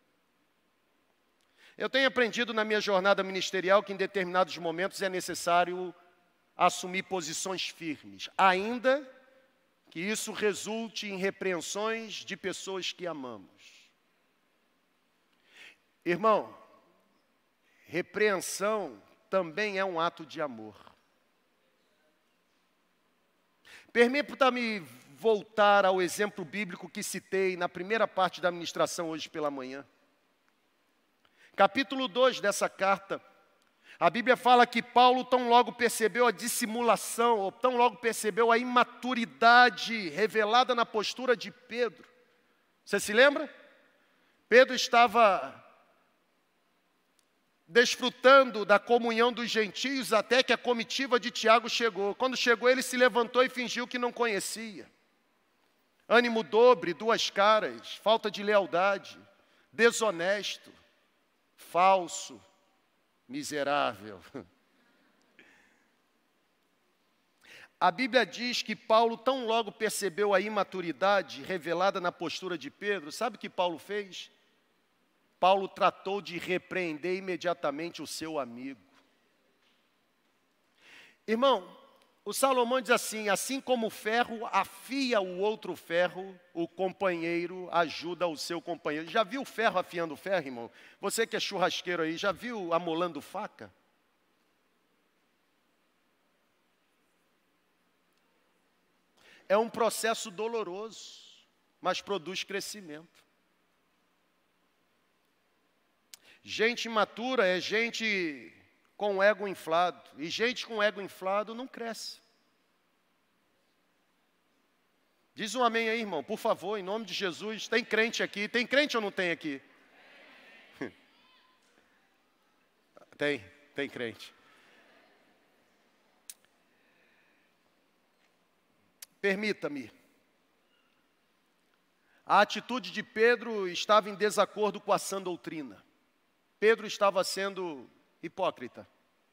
Eu tenho aprendido na minha jornada ministerial que em determinados momentos é necessário assumir posições firmes, ainda que isso resulte em repreensões de pessoas que amamos. Irmão, repreensão também é um ato de amor. Permita-me voltar ao exemplo bíblico que citei na primeira parte da ministração hoje pela manhã. Capítulo 2 dessa carta, a Bíblia fala que Paulo tão logo percebeu a dissimulação, ou tão logo percebeu a imaturidade revelada na postura de Pedro. Você se lembra? Pedro estava desfrutando da comunhão dos gentios até que a comitiva de Tiago chegou. Quando chegou, ele se levantou e fingiu que não conhecia. Ânimo dobre, duas caras, falta de lealdade, desonesto, falso, miserável. A Bíblia diz que Paulo tão logo percebeu a imaturidade revelada na postura de Pedro. Sabe o que Paulo fez? Paulo tratou de repreender imediatamente o seu amigo. Irmão, o Salomão diz assim como o ferro afia o outro ferro, o companheiro ajuda o seu companheiro. Já viu o ferro afiando o ferro, irmão? Você que é churrasqueiro aí, já viu amolando faca? É um processo doloroso, mas produz crescimento. Gente imatura é gente com ego inflado. E gente com ego inflado não cresce. Diz um amém aí, irmão, por favor, em nome de Jesus. Tem crente aqui? Tem crente ou não tem aqui? Tem crente. Permita-me. A atitude de Pedro estava em desacordo com a sã doutrina. Pedro estava sendo hipócrita.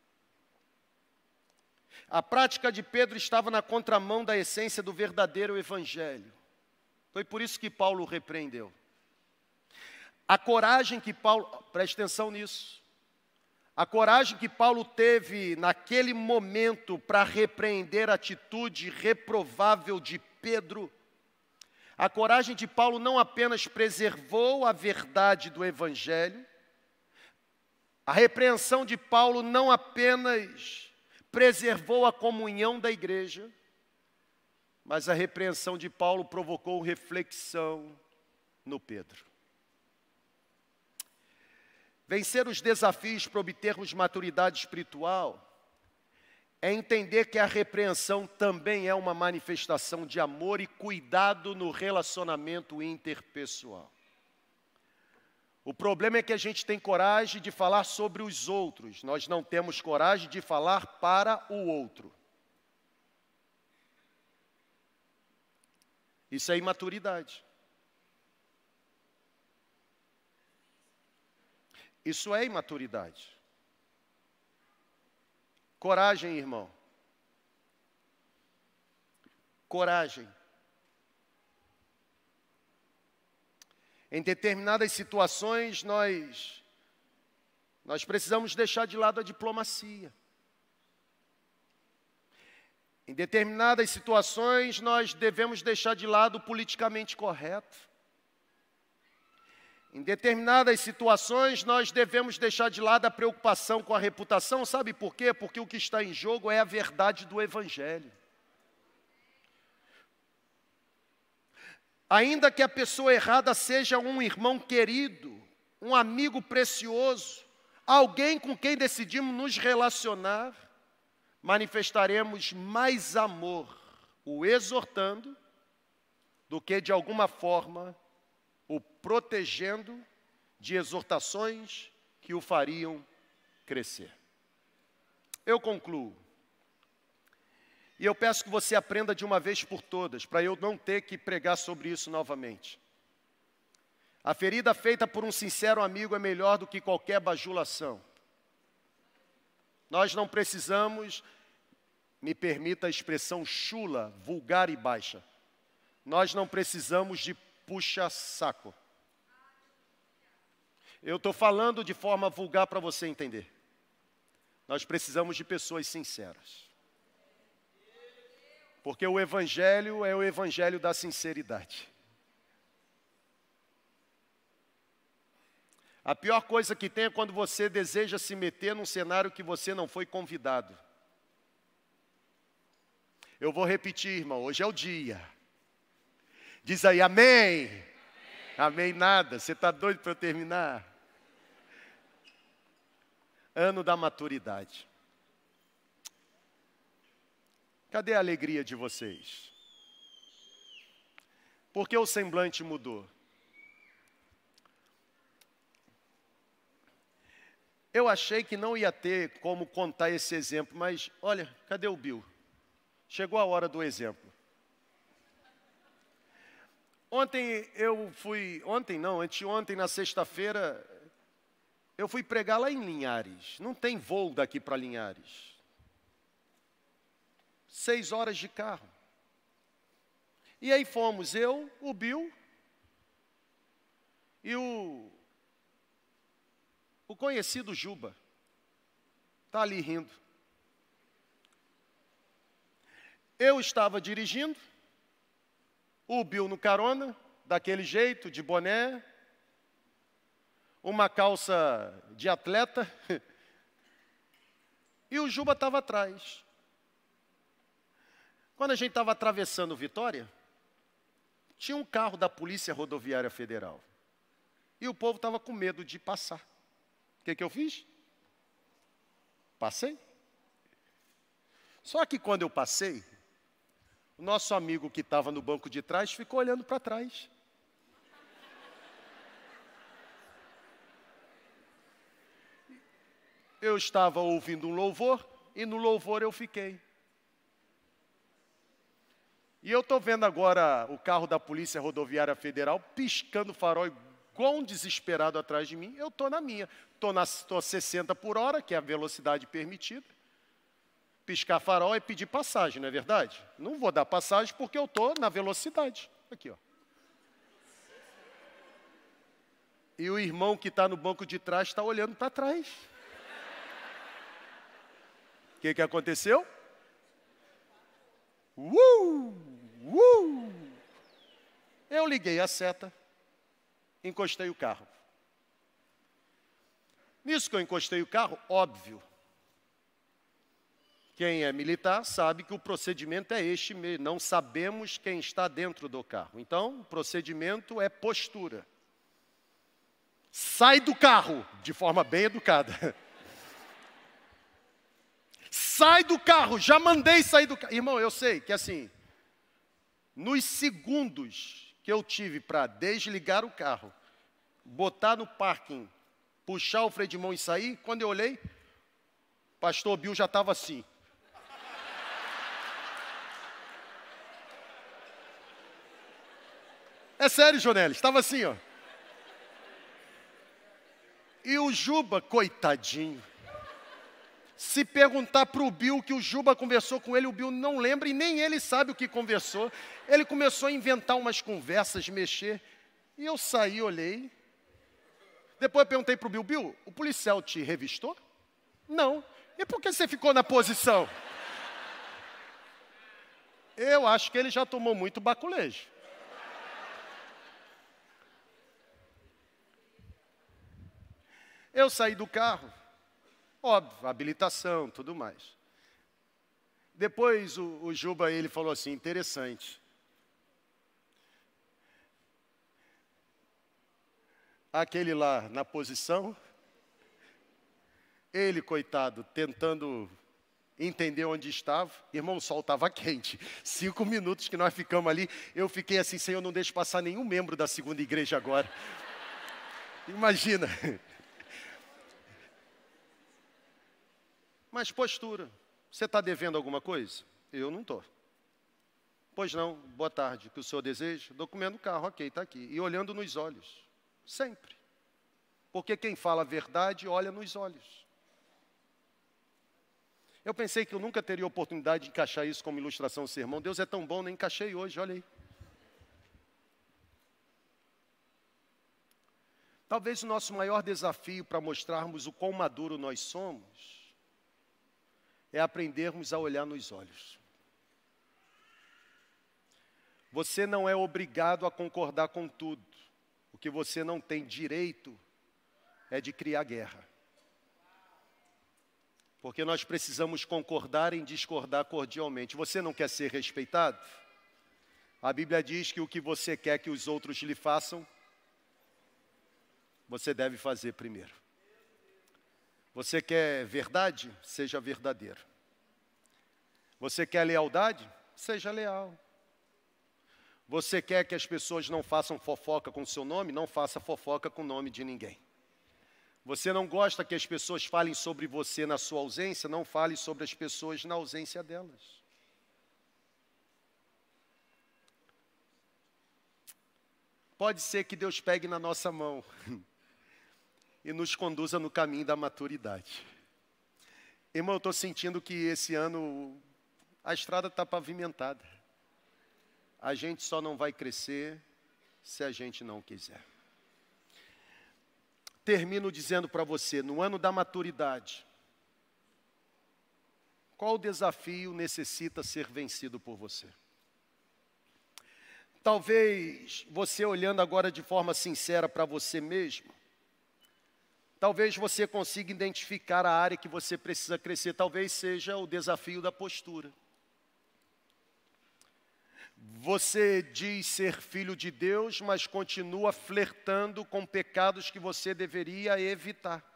A prática de Pedro estava na contramão da essência do verdadeiro evangelho. Foi por isso que Paulo o repreendeu. A coragem que Paulo, preste atenção nisso, a coragem que Paulo teve naquele momento para repreender a atitude reprovável de Pedro, a coragem de Paulo não apenas preservou a verdade do evangelho, a repreensão de Paulo não apenas preservou a comunhão da igreja, mas a repreensão de Paulo provocou reflexão no Pedro. Vencer os desafios para obtermos maturidade espiritual é entender que a repreensão também é uma manifestação de amor e cuidado no relacionamento interpessoal. O problema é que a gente tem coragem de falar sobre os outros, nós não temos coragem de falar para o outro. Isso é imaturidade. Isso é imaturidade. Coragem, irmão. Coragem. Em determinadas situações, nós precisamos deixar de lado a diplomacia. Em determinadas situações, nós devemos deixar de lado o politicamente correto. Em determinadas situações, nós devemos deixar de lado a preocupação com a reputação. Sabe por quê? Porque o que está em jogo é a verdade do Evangelho. Ainda que a pessoa errada seja um irmão querido, um amigo precioso, alguém com quem decidimos nos relacionar, manifestaremos mais amor, o exortando, do que de alguma forma o protegendo de exortações que o fariam crescer. Eu concluo. E eu peço que você aprenda de uma vez por todas, para eu não ter que pregar sobre isso novamente. A ferida feita por um sincero amigo é melhor do que qualquer bajulação. Nós não precisamos, me permita a expressão chula, vulgar e baixa. Nós não precisamos de puxa-saco. Eu estou falando de forma vulgar para você entender. Nós precisamos de pessoas sinceras. Porque o Evangelho é o Evangelho da sinceridade. A pior coisa que tem é quando você deseja se meter num cenário que você não foi convidado. Eu vou repetir, irmão, hoje é o dia. Diz aí, amém. Amém, amém nada, você está doido para eu terminar? Ano da maturidade. Cadê a alegria de vocês? Por que o semblante mudou? Eu achei que não ia ter como contar esse exemplo, mas olha, cadê o Bill? Chegou a hora do exemplo. Anteontem, na sexta-feira, eu fui pregar lá em Linhares. Não tem voo daqui para Linhares. 6 horas de carro. E aí fomos eu, o Bill e o conhecido Juba. Está ali rindo. Eu estava dirigindo, o Bill no carona, daquele jeito, de boné, uma calça de atleta, e o Juba estava atrás. Quando a gente estava atravessando Vitória, tinha um carro da Polícia Rodoviária Federal. E o povo estava com medo de passar. O que eu fiz? Passei. Só que quando eu passei, o nosso amigo que estava no banco de trás ficou olhando para trás. Eu estava ouvindo um louvor e no louvor eu fiquei. E eu estou vendo agora o carro da Polícia Rodoviária Federal piscando o farol igual um desesperado atrás de mim. Eu estou na minha. Estou a 60 por hora, que é a velocidade permitida. Piscar farol é pedir passagem, não é verdade? Não vou dar passagem porque eu estou na velocidade. Aqui, ó. E o irmão que está no banco de trás está olhando para trás. O que aconteceu? Eu liguei a seta, encostei o carro. Nisso que eu encostei o carro, óbvio, quem é militar sabe que o procedimento é este mesmo. Não sabemos quem está dentro do carro. Então, o procedimento é postura. Sai do carro, de forma bem educada. Sai do carro, já mandei sair do carro. Irmão, eu sei que assim, nos segundos que eu tive para desligar o carro, botar no parking, puxar o freio de mão e sair, quando eu olhei, pastor Bill já estava assim. É sério, Jonelis, estava assim, ó. E o Juba, coitadinho, se perguntar para o Bill que o Juba conversou com ele, o Bill não lembra e nem ele sabe o que conversou. Ele começou a inventar umas conversas, mexer. E eu saí, olhei. Depois eu perguntei para o Bill, o policial te revistou? Não. E por que você ficou na posição? Eu acho que ele já tomou muito baculejo. Eu saí do carro, óbvio, habilitação, tudo mais. Depois o Juba, ele falou assim, interessante. Aquele lá na posição, ele, coitado, tentando entender onde estava. Irmão, o sol estava quente. 5 minutos que nós ficamos ali, eu fiquei assim, Senhor, não deixe passar nenhum membro da segunda igreja agora. Imagina. Mas postura, você está devendo alguma coisa? Eu não estou. Pois não, boa tarde, o que o senhor deseja? Documento do carro, ok, está aqui. E olhando nos olhos, sempre. Porque quem fala a verdade, olha nos olhos. Eu pensei que eu nunca teria oportunidade de encaixar isso como ilustração do sermão. Deus é tão bom, nem encaixei hoje, olha aí. Talvez o nosso maior desafio para mostrarmos o quão maduro nós somos é aprendermos a olhar nos olhos. Você não é obrigado a concordar com tudo. O que você não tem direito é de criar guerra. Porque nós precisamos concordar em discordar cordialmente. Você não quer ser respeitado? A Bíblia diz que o que você quer que os outros lhe façam, você deve fazer primeiro. Você quer verdade? Seja verdadeiro. Você quer lealdade? Seja leal. Você quer que as pessoas não façam fofoca com o seu nome? Não faça fofoca com o nome de ninguém. Você não gosta que as pessoas falem sobre você na sua ausência? Não fale sobre as pessoas na ausência delas. Pode ser que Deus pegue na nossa mão e nos conduza no caminho da maturidade. Irmão, eu estou sentindo que esse ano a estrada está pavimentada. A gente só não vai crescer se a gente não quiser. Termino dizendo para você, no ano da maturidade, qual desafio necessita ser vencido por você? Talvez você olhando agora de forma sincera para você mesmo, talvez você consiga identificar a área que você precisa crescer. Talvez seja o desafio da postura. Você diz ser filho de Deus, mas continua flertando com pecados que você deveria evitar.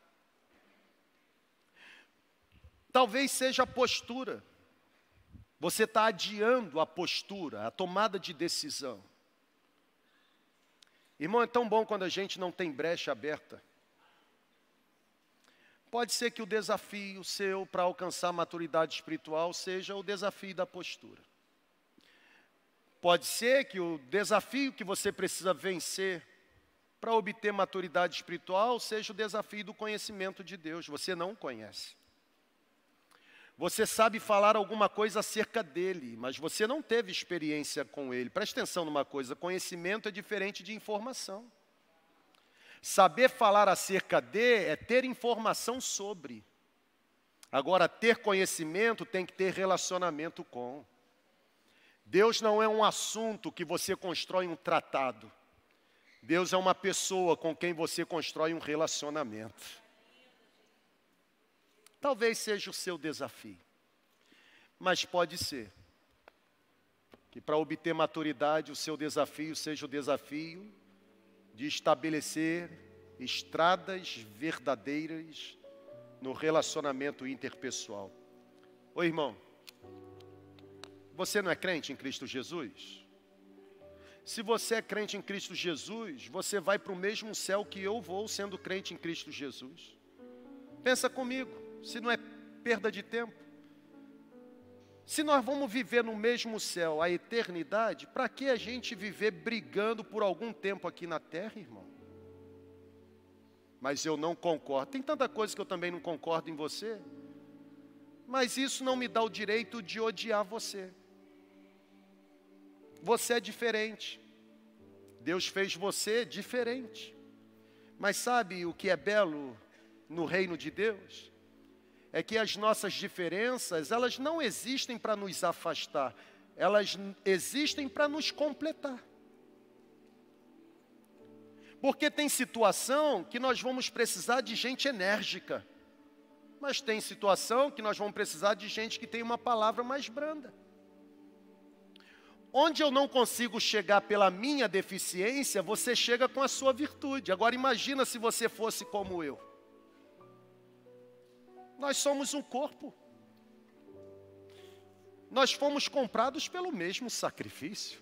Talvez seja a postura. Você está adiando a postura, a tomada de decisão. Irmão, é tão bom quando a gente não tem brecha aberta. Pode ser que o desafio seu para alcançar a maturidade espiritual seja o desafio da postura. Pode ser que o desafio que você precisa vencer para obter maturidade espiritual seja o desafio do conhecimento de Deus. Você não conhece. Você sabe falar alguma coisa acerca dele, mas você não teve experiência com ele. Preste atenção numa coisa, conhecimento é diferente de informação. Saber falar acerca de é ter informação sobre. Agora, ter conhecimento tem que ter relacionamento com. Deus não é um assunto que você constrói um tratado. Deus é uma pessoa com quem você constrói um relacionamento. Talvez seja o seu desafio. Mas pode ser que para obter maturidade o seu desafio seja o desafio de estabelecer estradas verdadeiras no relacionamento interpessoal. Ô irmão, você não é crente em Cristo Jesus? Se você é crente em Cristo Jesus, você vai para o mesmo céu que eu vou sendo crente em Cristo Jesus. Pensa comigo, se não é perda de tempo. Se nós vamos viver no mesmo céu a eternidade, para que a gente viver brigando por algum tempo aqui na terra, irmão? Mas eu não concordo. Tem tanta coisa que eu também não concordo em você. Mas isso não me dá o direito de odiar você. Você é diferente. Deus fez você diferente. Mas sabe o que é belo no reino de Deus? É que as nossas diferenças, elas não existem para nos afastar. Elas existem para nos completar. Porque tem situação que nós vamos precisar de gente enérgica. Mas tem situação que nós vamos precisar de gente que tem uma palavra mais branda. Onde eu não consigo chegar pela minha deficiência, você chega com a sua virtude. Agora imagina se você fosse como eu. Nós somos um corpo. Nós fomos comprados pelo mesmo sacrifício.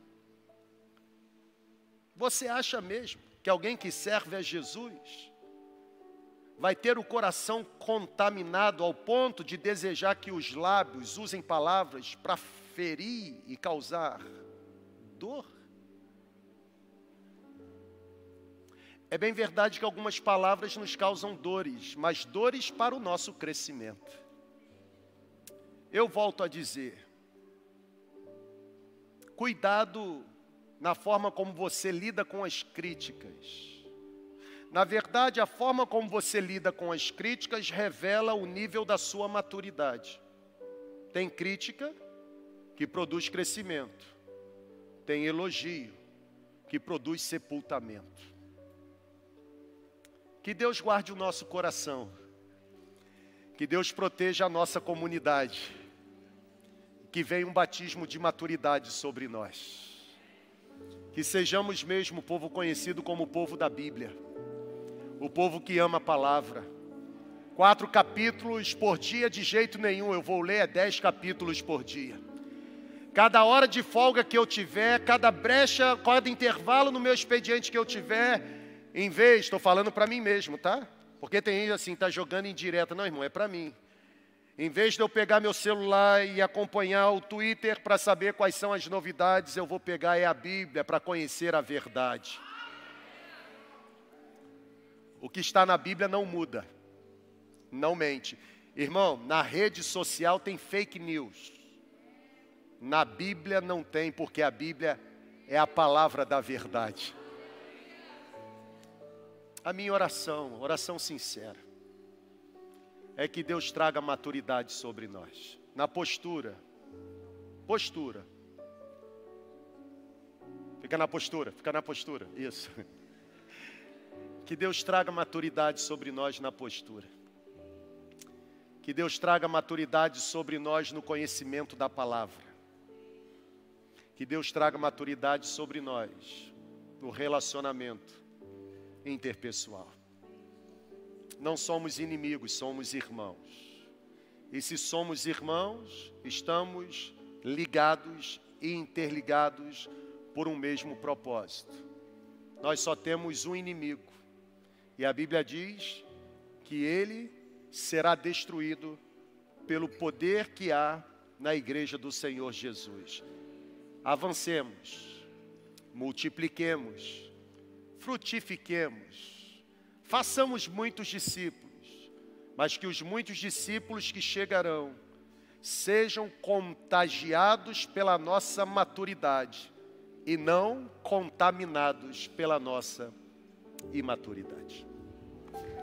Você acha mesmo que alguém que serve a Jesus vai ter o coração contaminado ao ponto de desejar que os lábios usem palavras para ferir e causar dor? É bem verdade que algumas palavras nos causam dores, mas dores para o nosso crescimento. Eu volto a dizer, cuidado na forma como você lida com as críticas. Na verdade, a forma como você lida com as críticas revela o nível da sua maturidade. Tem crítica que produz crescimento. Tem elogio que produz sepultamento. Que Deus guarde o nosso coração. Que Deus proteja a nossa comunidade. Que venha um batismo de maturidade sobre nós. Que sejamos mesmo o povo conhecido como o povo da Bíblia. O povo que ama a palavra. 4 capítulos por dia de jeito nenhum. Eu vou ler 10 capítulos por dia. Cada hora de folga que eu tiver, cada brecha, cada intervalo no meu expediente que eu tiver, em vez, estou falando para mim mesmo, tá? Porque tem gente assim, está jogando indireta. Não, irmão, é para mim. Em vez de eu pegar meu celular e acompanhar o Twitter para saber quais são as novidades, eu vou pegar a Bíblia para conhecer a verdade. O que está na Bíblia não muda, não mente. Irmão, na rede social tem fake news. Na Bíblia não tem, porque a Bíblia é a palavra da verdade. A minha oração, oração sincera, é que Deus traga maturidade sobre nós. Na postura. Fica na postura, isso. Que Deus traga maturidade sobre nós na postura. Que Deus traga maturidade sobre nós no conhecimento da palavra. Que Deus traga maturidade sobre nós no relacionamento interpessoal. Não somos inimigos, somos irmãos. E se somos irmãos, estamos ligados e interligados por um mesmo propósito. Nós só temos um inimigo. E a Bíblia diz que ele será destruído pelo poder que há na igreja do Senhor Jesus. Avancemos, multipliquemos, frutifiquemos, façamos muitos discípulos, mas que os muitos discípulos que chegarão sejam contagiados pela nossa maturidade e não contaminados pela nossa imaturidade.